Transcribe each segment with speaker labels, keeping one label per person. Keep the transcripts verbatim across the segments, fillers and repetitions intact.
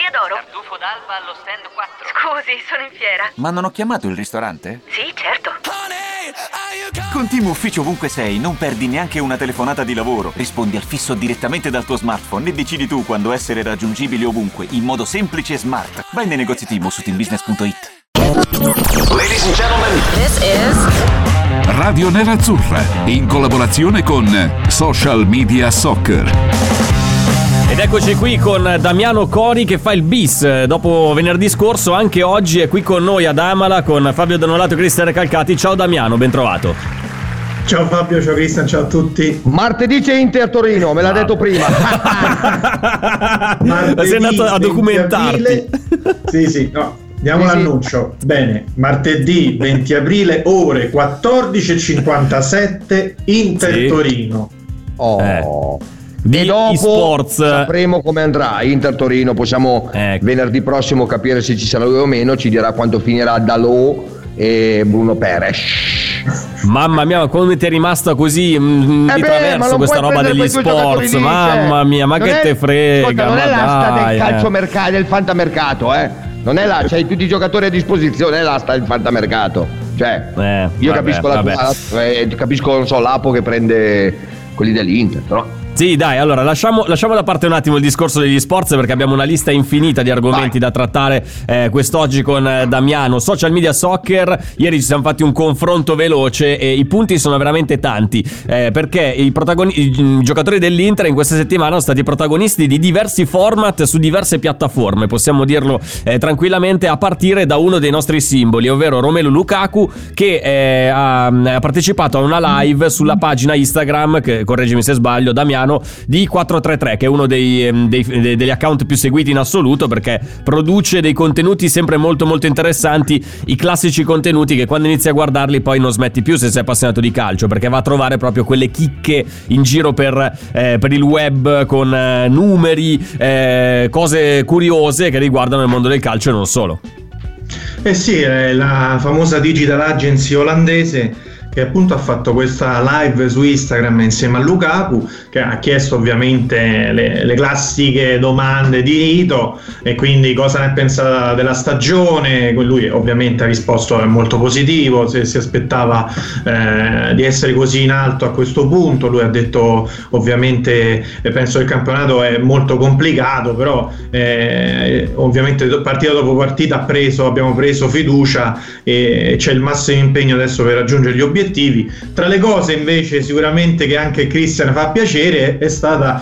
Speaker 1: Maria d'Oro.
Speaker 2: Tartufo d'alba allo stand quattro.
Speaker 1: Scusi, sono in fiera.
Speaker 3: Ma non ho chiamato il ristorante?
Speaker 1: Sì, certo.
Speaker 3: Con Team Ufficio ovunque sei, non perdi neanche una telefonata di lavoro. Rispondi al fisso direttamente dal tuo smartphone e decidi tu quando essere raggiungibile ovunque, in modo semplice e smart. Vai nei negozi Team o su team business punto it.
Speaker 4: Ladies and gentlemen,
Speaker 1: This is
Speaker 5: Radio Nerazzurra, in collaborazione con Social Media Soccer.
Speaker 6: Ed eccoci qui con Damiano Cori che fa il bis. Dopo venerdì scorso, anche oggi è qui con noi ad Amala con Fabio Donolato e Cristian Recalcati. Ciao Damiano, ben trovato.
Speaker 7: Ciao Fabio, ciao Cristian, ciao a tutti.
Speaker 8: Martedì c'è Inter Torino, me l'ha detto prima.
Speaker 7: Martedì,
Speaker 6: sei andato a documentarti.
Speaker 7: aprile... Sì, sì, no. Diamo
Speaker 8: Sì,
Speaker 7: l'annuncio. Sì. Bene, martedì venti aprile, ore quattordici e cinquantasette, Inter
Speaker 6: Sì.
Speaker 7: Torino.
Speaker 8: Oh.
Speaker 6: Eh. Di
Speaker 8: E dopo
Speaker 6: eSports.
Speaker 8: sapremo come andrà Inter Torino. Possiamo
Speaker 6: Ecco.
Speaker 8: venerdì prossimo capire se ci sarà lui o meno. Ci dirà quanto finirà Dalot e Bruno Perez.
Speaker 6: Mamma mia, ma come ti è rimasta così mh,
Speaker 8: Eh
Speaker 6: di
Speaker 8: beh, ma
Speaker 6: traverso
Speaker 8: non
Speaker 6: questa
Speaker 8: puoi
Speaker 6: roba
Speaker 8: prendere
Speaker 6: degli
Speaker 8: quei due giocatori
Speaker 6: sports?
Speaker 8: lì,
Speaker 6: Mamma
Speaker 8: cioè.
Speaker 6: mia, ma
Speaker 8: Non
Speaker 6: che
Speaker 8: è-
Speaker 6: te frega?
Speaker 8: Ascolta, non
Speaker 6: ma
Speaker 8: è l'asta
Speaker 6: dai,
Speaker 8: del
Speaker 6: eh.
Speaker 8: calciomercato, del fantamercato, eh. Non è là, c'hai tutti i giocatori a disposizione, è l'asta del fantamercato. Cioè,
Speaker 6: Eh,
Speaker 8: io
Speaker 6: vabbè,
Speaker 8: capisco la
Speaker 6: vabbè.
Speaker 8: tua, eh, capisco, non so, l'Apo che prende quelli dell'Inter, però.
Speaker 6: Sì, dai, allora lasciamo, lasciamo da parte un attimo il discorso degli sports perché abbiamo una lista infinita di argomenti
Speaker 8: Vai.
Speaker 6: da trattare eh, quest'oggi con eh, Damiano. Social Media Soccer, ieri ci siamo fatti un confronto veloce e i punti sono veramente tanti eh, perché i, protagoni- i giocatori dell'Inter in questa settimana sono stati protagonisti di diversi format su diverse piattaforme, possiamo dirlo eh, tranquillamente, a partire da uno dei nostri simboli, ovvero Romelu Lukaku, che eh, ha, ha partecipato a una live sulla pagina Instagram, che, correggimi se sbaglio Damiano, di quattro tre tre, che è uno dei, dei, dei, degli account più seguiti in assoluto perché produce dei contenuti sempre molto molto interessanti, i classici contenuti che quando inizi a guardarli poi non smetti più se sei appassionato di calcio, perché va a trovare proprio quelle chicche in giro per, eh, per il web con eh, numeri, eh, cose curiose che riguardano il mondo del calcio e non solo.
Speaker 7: Eh sì, è la famosa digital agency olandese che appunto ha fatto questa live su Instagram insieme a Lukaku, che ha chiesto ovviamente le, le classiche domande di rito e quindi cosa ne pensa della stagione. Lui ovviamente ha risposto è molto positivo, se si aspettava eh, di essere così in alto a questo punto. Lui ha detto ovviamente eh, penso che il campionato è molto complicato, però eh, ovviamente partita dopo partita ha preso, abbiamo preso fiducia e c'è il massimo impegno adesso per raggiungere gli obiettivi. Tra le cose invece sicuramente che anche Cristian fa piacere è stata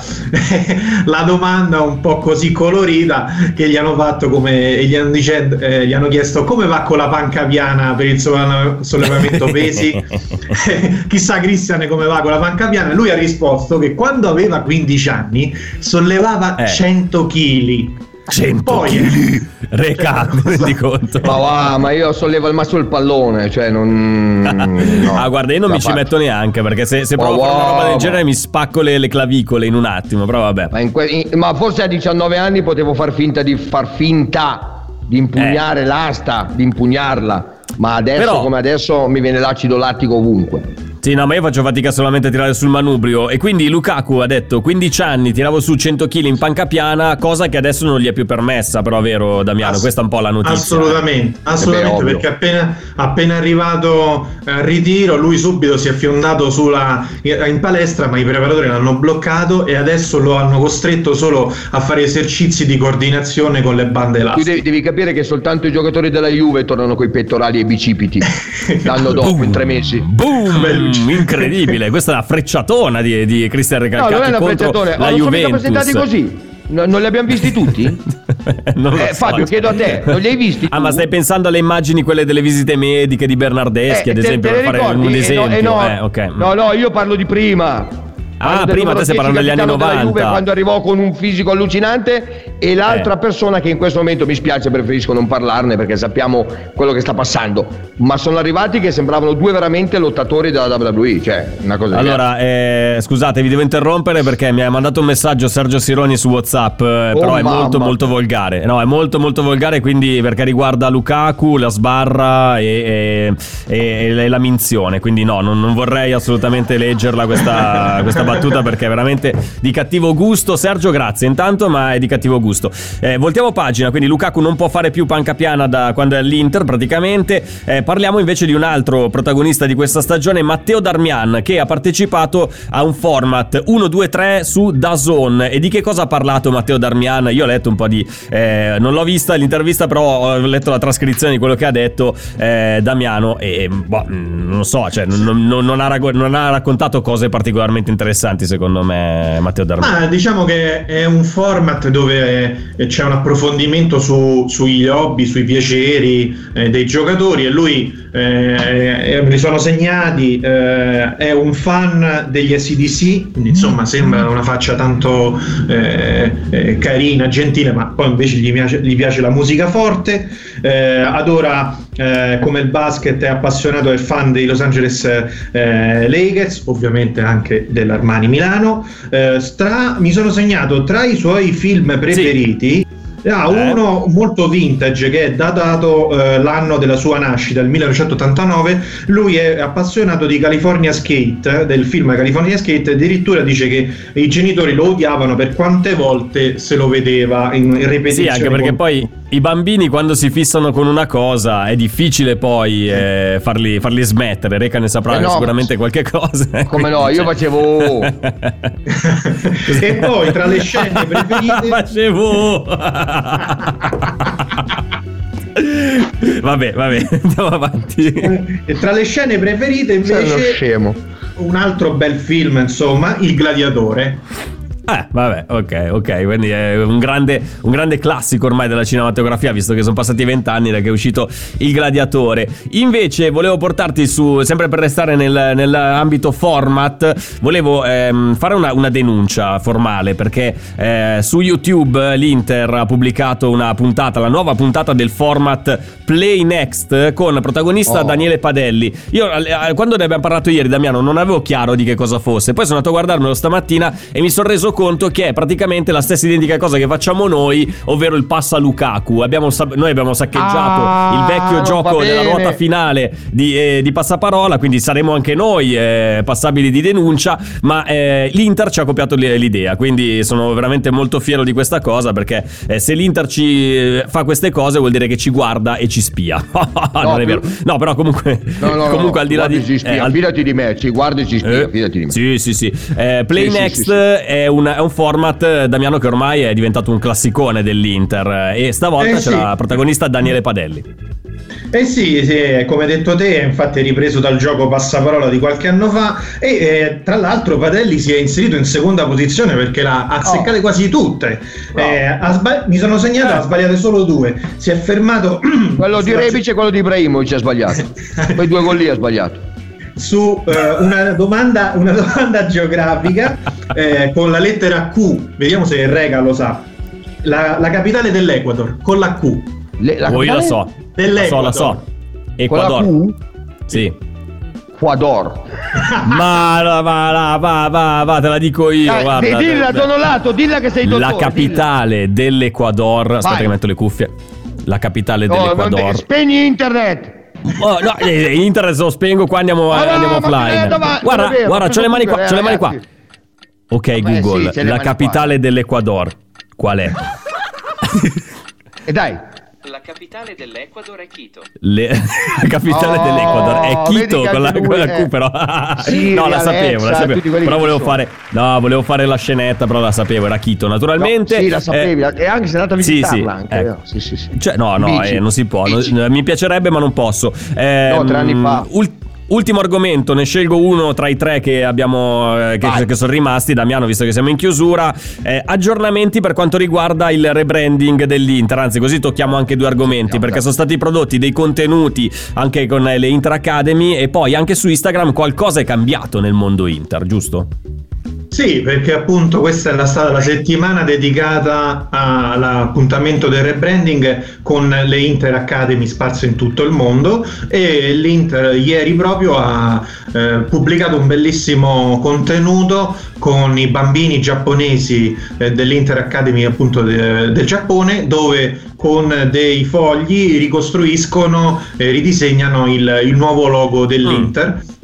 Speaker 7: la domanda un po' così colorita che gli hanno fatto, come gli hanno, dicendo, eh, gli hanno chiesto come va con la panca piana per il sollevamento pesi. Chissà Cristian come va con la panca piana. Lui ha risposto che quando aveva quindici anni sollevava
Speaker 6: Eh.
Speaker 7: cento chili.
Speaker 6: cento
Speaker 7: Poi-
Speaker 6: chili Reca, rendi conto?
Speaker 8: Ma va, ma io sollevo al massimo il pallone, cioè non. No,
Speaker 6: ah, guarda, io non
Speaker 8: da
Speaker 6: mi ci
Speaker 8: parte.
Speaker 6: metto neanche perché se, se
Speaker 8: Ma
Speaker 6: provo a fare una roba
Speaker 8: wow,
Speaker 6: del
Speaker 8: ma-
Speaker 6: genere mi spacco le, le clavicole in un attimo, però vabbè.
Speaker 8: Ma, in que- in- ma forse a diciannove anni potevo far finta di far finta di impugnare
Speaker 6: Eh.
Speaker 8: l'asta, di impugnarla. Ma adesso
Speaker 6: Però-
Speaker 8: come adesso mi viene l'acido lattico ovunque.
Speaker 6: Sì, no, ma io faccio fatica solamente a tirare sul manubrio. E quindi Lukaku ha detto quindici anni, tiravo su cento chili in panca piana, cosa che adesso non gli è più permessa, però vero Damiano?
Speaker 7: Ass-
Speaker 6: Questa è un po' la notizia.
Speaker 7: Assolutamente, assolutamente,
Speaker 8: ovvio.
Speaker 7: perché appena, appena arrivato al ritiro lui subito si è fiondato sulla, in palestra, ma i preparatori l'hanno bloccato e adesso lo hanno costretto solo a fare esercizi di coordinazione con le bande
Speaker 8: Tu
Speaker 7: elastiche.
Speaker 8: devi, devi capire che soltanto i giocatori della Juve tornano coi pettorali e i bicipiti l'anno dopo, in tre mesi.
Speaker 6: Boom!
Speaker 7: Bello.
Speaker 6: Incredibile, questa è la frecciatona di, di Cristian
Speaker 8: No,
Speaker 6: Recalcati
Speaker 8: non è una
Speaker 6: contro
Speaker 8: frecciatone,
Speaker 6: la
Speaker 8: ma non sono mica
Speaker 6: Juventus.
Speaker 8: presentati così. No, non li abbiamo visti tutti?
Speaker 6: Non lo
Speaker 8: Eh,
Speaker 6: so.
Speaker 8: Fabio, chiedo a te, non li hai visti?
Speaker 6: Ah,
Speaker 8: tu?
Speaker 6: ma stai pensando alle immagini quelle delle visite mediche di Bernardeschi,
Speaker 8: Eh,
Speaker 6: ad
Speaker 8: te-
Speaker 6: esempio,
Speaker 8: te le
Speaker 6: per fare
Speaker 8: ricordi?
Speaker 6: un
Speaker 8: Eh,
Speaker 6: esempio?
Speaker 8: no, eh, no.
Speaker 6: Eh, ok.
Speaker 8: no, no, io parlo di prima.
Speaker 6: Ah,
Speaker 8: Parlo del
Speaker 6: prima,
Speaker 8: numero
Speaker 6: te stai parlando
Speaker 8: dieci,
Speaker 6: degli anni
Speaker 8: capitano della Juve,
Speaker 6: novanta.
Speaker 8: quando arrivò con un fisico allucinante, e l'altra
Speaker 6: Eh.
Speaker 8: persona che in questo momento mi spiace, preferisco non parlarne perché sappiamo quello che sta passando, ma sono arrivati che sembravano due veramente lottatori della W W E, cioè una cosa
Speaker 6: Allora, eh, scusate, vi devo interrompere perché mi ha mandato un messaggio Sergio Sironi su WhatsApp, eh,
Speaker 8: Oh,
Speaker 6: però è
Speaker 8: mamma.
Speaker 6: molto molto volgare. No, è molto molto volgare, quindi perché riguarda Lukaku, la sbarra e, e, e- e la minzione, quindi no, non, non vorrei assolutamente leggerla questa, questa battuta perché è veramente di cattivo gusto. Sergio, grazie intanto, ma è di cattivo gusto. Eh, voltiamo pagina, quindi Lukaku non può fare più panca piana da quando è all'Inter praticamente. Eh, parliamo invece di un altro protagonista di questa stagione, Matteo Darmian, che ha partecipato a un format uno due tre su DAZN. E di che cosa ha parlato Matteo Darmian? Io ho letto un po' di eh, non l'ho vista l'intervista, però ho letto la trascrizione di quello che ha detto eh, Damiano e boh, non lo so, cioè non, non, non, ha, non ha raccontato cose particolarmente interessanti secondo me Matteo Darmian.
Speaker 7: Ma diciamo che è un format dove c'è un approfondimento su, sugli hobby, sui piaceri eh, dei giocatori, e lui eh, me li sono segnati, eh, è un fan degli A C D C, quindi insomma sembra una faccia tanto eh, eh, carina, gentile, ma poi invece gli piace, gli piace la musica forte, eh, adora eh, come il basket, è appassionato e fan dei Los Angeles eh, Lakers, ovviamente anche dell'Armani Milano. Eh, stra, mi sono segnato tra i suoi film preferiti, sì. Ah, uno molto vintage che è datato eh, l'anno della sua nascita, il millenovecentottantanove. Lui è appassionato di California Skate, del film California Skate, addirittura dice che i genitori lo odiavano per quante volte se lo vedeva in, in ripetizione.
Speaker 6: Sì, anche perché con... poi i bambini quando si fissano con una cosa è difficile poi eh, farli, farli smettere. Reca ne saprà eh no, sicuramente qualche cosa.
Speaker 8: Come no, io facevo
Speaker 7: e poi tra le scene preferite
Speaker 6: facevo vabbè, vabbè, andiamo avanti.
Speaker 7: E tra le scene preferite invece
Speaker 8: scemo.
Speaker 7: Un altro bel film, insomma, Il Gladiatore.
Speaker 6: Eh, vabbè, ok, ok, quindi è un grande, un grande classico ormai della cinematografia, visto che sono passati vent'anni da che è uscito Il Gladiatore. Invece volevo portarti su, sempre per restare nel, nell'ambito format, volevo ehm, fare una, una denuncia formale, perché eh, su YouTube l'Inter ha pubblicato una puntata, la nuova puntata del format Play Next, con protagonista oh. Daniele Padelli. Io eh, quando ne abbiamo parlato ieri, Damiano, non avevo chiaro di che cosa fosse, poi sono andato a guardarmelo stamattina e mi sono reso conto che è praticamente la stessa identica cosa che facciamo noi, ovvero il passa Lukaku. Abbiamo, noi abbiamo saccheggiato ah, il vecchio gioco della ruota finale di, eh, di Passaparola, quindi saremo anche noi eh, passabili di denuncia, ma eh, l'Inter ci ha copiato l'idea, quindi sono veramente molto fiero di questa cosa, perché eh, se l'Inter ci fa queste cose vuol dire che ci guarda e ci spia.
Speaker 8: no,
Speaker 6: non è vero. No, però comunque
Speaker 8: no, no,
Speaker 6: comunque
Speaker 8: no,
Speaker 6: al di là di
Speaker 8: ci spia, eh, al... fidati di me, ci guarda e ci spia, eh, fidati di me.
Speaker 6: Sì, sì, sì. Eh, Play
Speaker 8: sì,
Speaker 6: Next
Speaker 8: sì, sì, sì.
Speaker 6: è un è un format, Damiano, che ormai è diventato un classicone dell'Inter, e stavolta eh c'è sì. la protagonista Daniele Padelli.
Speaker 7: Eh sì, sì, come hai detto te, infatti è ripreso dal gioco Passaparola di qualche anno fa, e eh, tra l'altro Padelli si è inserito in seconda posizione perché l'ha azzeccate oh. quasi tutte. Oh. Eh, ha sbagli- mi sono segnato, eh. ha sbagliato solo due, si è fermato
Speaker 8: quello di Rebic e quello di Ibrahimovic ha sbagliato. Quei due gol lì ha sbagliato.
Speaker 7: Su eh, una domanda una domanda geografica eh, con la lettera Q, vediamo se il Rega lo sa. La, la capitale dell'Ecuador con la Q.
Speaker 8: Le, la
Speaker 6: oh, io la so, la so, la so. Ecuador.
Speaker 8: Con la Q?
Speaker 6: Sì.
Speaker 8: Ecuador.
Speaker 6: ma va, va, va, va, va, te la dico io.
Speaker 8: Dai,
Speaker 6: guarda,
Speaker 8: dilla, Donolato, dilla che sei dottore.
Speaker 6: La capitale dilla. dell'Ecuador. Aspetta che metto le cuffie. La capitale no, dell'Ecuador.
Speaker 8: Spegni internet.
Speaker 6: Oh, no, internet lo spengo qua, andiamo,
Speaker 8: ah,
Speaker 6: andiamo
Speaker 8: no,
Speaker 6: offline.
Speaker 8: Ma
Speaker 6: guarda,
Speaker 8: vero,
Speaker 6: guarda, c'ho le mani qua, c'ho le mani qua. Ok,
Speaker 8: Beh,
Speaker 6: Google,
Speaker 8: sì,
Speaker 6: la capitale qua. dell'Ecuador qual è?
Speaker 8: E dai.
Speaker 2: La capitale dell'Ecuador è Quito.
Speaker 6: Le... la capitale
Speaker 8: oh,
Speaker 6: dell'Ecuador è Quito con la, con la Q, però.
Speaker 8: Sì,
Speaker 6: no, la sapevo, la sapevo. Però volevo
Speaker 8: sono.
Speaker 6: fare. No, volevo fare la scenetta, però la sapevo, era Quito, naturalmente.
Speaker 8: No, sì, la sapevi, eh, e anche se è andata a visitarla
Speaker 6: sì, sì,
Speaker 8: anche.
Speaker 6: ecco.
Speaker 8: sì, sì, sì.
Speaker 6: Cioè, no, no, eh, non si può. Non, mi piacerebbe, ma non posso. Eh,
Speaker 8: no, tre anni fa.
Speaker 6: Ult- Ultimo argomento, ne scelgo uno tra i tre che abbiamo eh, che, che sono rimasti, Damiano, visto che siamo in chiusura. Eh, aggiornamenti per quanto riguarda il rebranding dell'Inter, anzi così tocchiamo anche due argomenti, perché sono stati prodotti dei contenuti anche con le Inter Academy, e poi anche su Instagram qualcosa è cambiato nel mondo Inter, giusto?
Speaker 7: Sì, perché appunto questa è stata la settimana dedicata all'appuntamento del rebranding con le Inter Academy sparse in tutto il mondo, e l'Inter ieri proprio ha eh, pubblicato un bellissimo contenuto con i bambini giapponesi eh, dell'Inter Academy appunto de- del Giappone, dove con dei fogli ricostruiscono e ridisegnano il, il nuovo logo dell'Inter. Mm.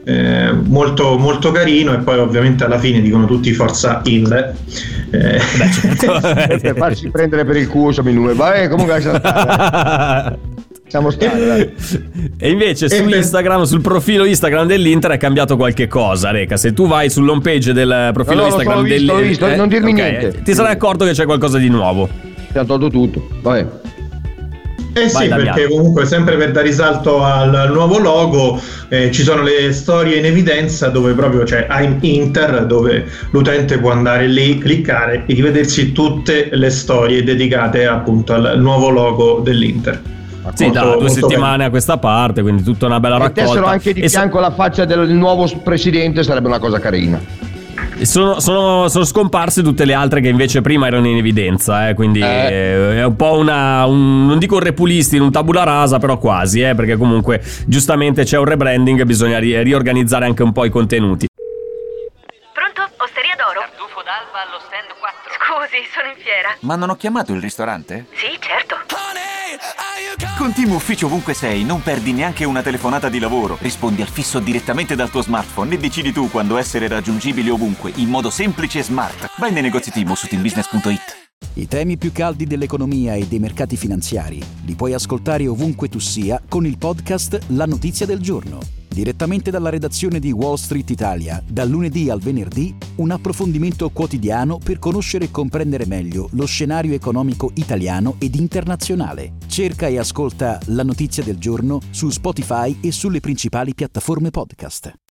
Speaker 7: eh, molto, molto carino, e poi ovviamente alla fine dicono tutti forza Inter. Eh.
Speaker 6: Beh, certo.
Speaker 8: Per farsi prendere per il culo siamo in nube. Vabbè, comunque lascia stare. Siamo stati, dai.
Speaker 6: E invece
Speaker 7: E
Speaker 6: su
Speaker 7: per-
Speaker 6: Instagram, sul profilo Instagram dell'Inter è cambiato qualche cosa, Reca. Se tu vai sull'home page del profilo
Speaker 8: No, no,
Speaker 6: Instagram
Speaker 8: l'ho visto,
Speaker 6: dell'Inter,
Speaker 8: l'ho visto, non dirmi
Speaker 6: ok,
Speaker 8: niente.
Speaker 6: ti sarai accorto che c'è qualcosa di nuovo.
Speaker 8: Ti ha tolto tutto. Vabbè.
Speaker 7: Eh sì,
Speaker 6: Vai, Damiano.
Speaker 7: perché comunque sempre per dare risalto al, al nuovo logo eh, ci sono le storie in evidenza, dove proprio c'è I'm Inter, dove l'utente può andare lì, cliccare e rivedersi tutte le storie dedicate appunto al nuovo logo dell'Inter.
Speaker 6: Sì,
Speaker 7: Molto-
Speaker 6: da due
Speaker 7: molto
Speaker 6: settimane
Speaker 7: bello.
Speaker 6: a questa parte, quindi tutta una bella
Speaker 8: Mettessero
Speaker 6: raccolta.
Speaker 8: anche di
Speaker 6: E so-
Speaker 8: fianco la faccia del nuovo presidente, sarebbe una cosa carina.
Speaker 6: e sono, sono, sono scomparse tutte le altre che invece prima erano in evidenza, eh, quindi
Speaker 8: Eh.
Speaker 6: eh, è un po' una, un, non dico un repulisti, un tabula rasa, però quasi, eh, perché comunque giustamente c'è un rebranding e bisogna ri- riorganizzare anche un po' i contenuti.
Speaker 1: Pronto? Osteria d'oro?
Speaker 2: Tartufo d'alba allo stand quattro.
Speaker 1: Scusi, sono in fiera.
Speaker 3: Ma non ho chiamato il ristorante?
Speaker 1: Sì, certo.
Speaker 3: Con Team Ufficio ovunque sei non perdi neanche una telefonata di lavoro. Rispondi al fisso direttamente dal tuo smartphone e decidi tu quando essere raggiungibile ovunque in modo semplice e smart. Vai nei negozi Team o su team business punto it.
Speaker 9: I temi più caldi dell'economia e dei mercati finanziari li puoi ascoltare ovunque tu sia con il podcast La Notizia del Giorno. Direttamente dalla redazione di Wall Street Italia, dal lunedì al venerdì, un approfondimento quotidiano per conoscere e comprendere meglio lo scenario economico italiano ed internazionale. Cerca e ascolta La Notizia del Giorno su Spotify e sulle principali piattaforme podcast.